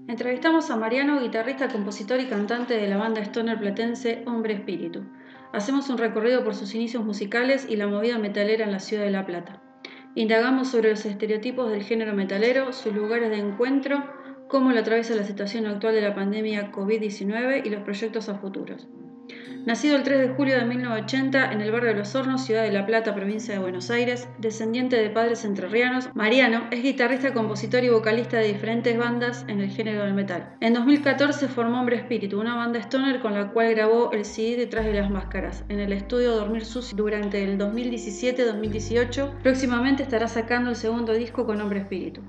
Entrevistamos a Mariano, guitarrista, compositor y cantante de la banda stoner platense Hombre Espíritu. Hacemos un recorrido por sus inicios musicales y la movida metalera en la ciudad de La Plata. Indagamos sobre los estereotipos del género metalero, sus lugares de encuentro, cómo lo atraviesa la situación actual de la pandemia COVID-19 y los proyectos a futuros. Nacido el 3 de julio de 1980 en el barrio de Los Hornos, ciudad de La Plata, provincia de Buenos Aires, descendiente de padres entrerrianos, Mariano es guitarrista, compositor y vocalista de diferentes bandas en el género del metal. En 2014 formó Hombre Espíritu, una banda stoner con la cual grabó el CD Detrás de las Máscaras, en el estudio Dormir Sucio durante el 2017-2018. Próximamente estará sacando el segundo disco con Hombre Espíritu.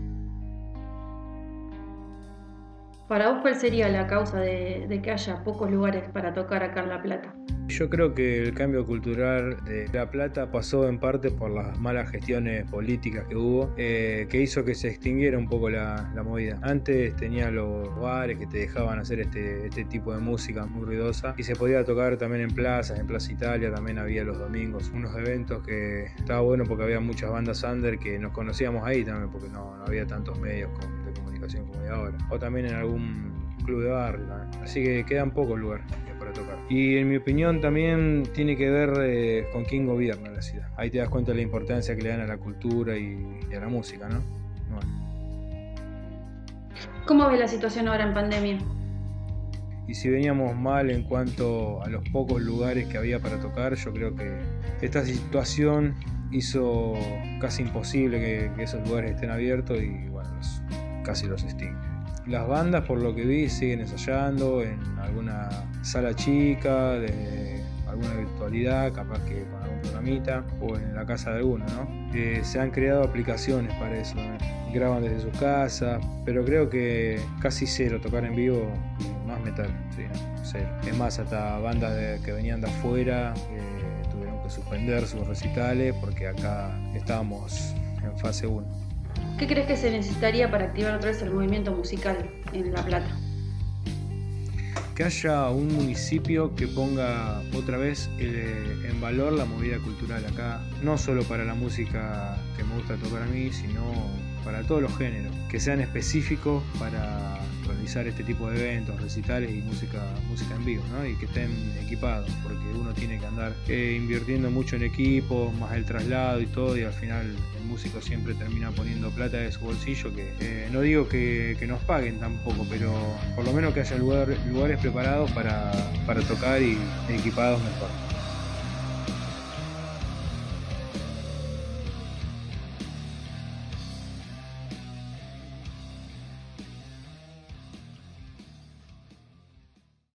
Para vos, ¿cuál sería la causa de que haya pocos lugares para tocar acá en La Plata? Yo creo que el cambio cultural de La Plata pasó en parte por las malas gestiones políticas que hubo, que hizo que se extinguiera un poco la movida. Antes tenía los bares que te dejaban hacer este tipo de música muy ruidosa y se podía tocar también en plazas, en Plaza Italia también había los domingos unos eventos que estaba bueno porque había muchas bandas under que nos conocíamos ahí también porque no había tantos medios de comunicación como hay ahora. O también en algún club de barrio también. Así que quedan pocos lugares para tocar. Y en mi opinión también tiene que ver con quién gobierna la ciudad. Ahí te das cuenta de la importancia que le dan a la cultura y a la música, ¿no? Bueno. ¿Cómo ves la situación ahora en pandemia? Y si veníamos mal en cuanto a los pocos lugares que había para tocar, yo creo que esta situación hizo casi imposible que esos lugares estén abiertos y bueno, casi los extingue. Las bandas, por lo que vi, siguen ensayando en alguna sala chica, de alguna virtualidad, capaz que con algún programita, o en la casa de alguno, ¿no? Se han creado aplicaciones para eso, graban desde sus casas, pero creo que casi cero tocar en vivo, más metal, sí, cero. Es más, hasta bandas que venían de afuera tuvieron que suspender sus recitales porque acá estábamos en fase 1. ¿Qué crees que se necesitaría para activar otra vez el movimiento musical en La Plata? Que haya un municipio que ponga otra vez en valor la movida cultural acá, no solo para la música que me gusta tocar a mí, sino para todos los géneros, que sean específicos para realizar este tipo de eventos, recitales y música en vivo, ¿no? Y que estén equipados, porque uno tiene que andar invirtiendo mucho en equipo, más el traslado y todo, y al final el músico siempre termina poniendo plata de su bolsillo, que no digo que nos paguen tampoco, pero por lo menos que haya lugares preparados para tocar y equipados mejor.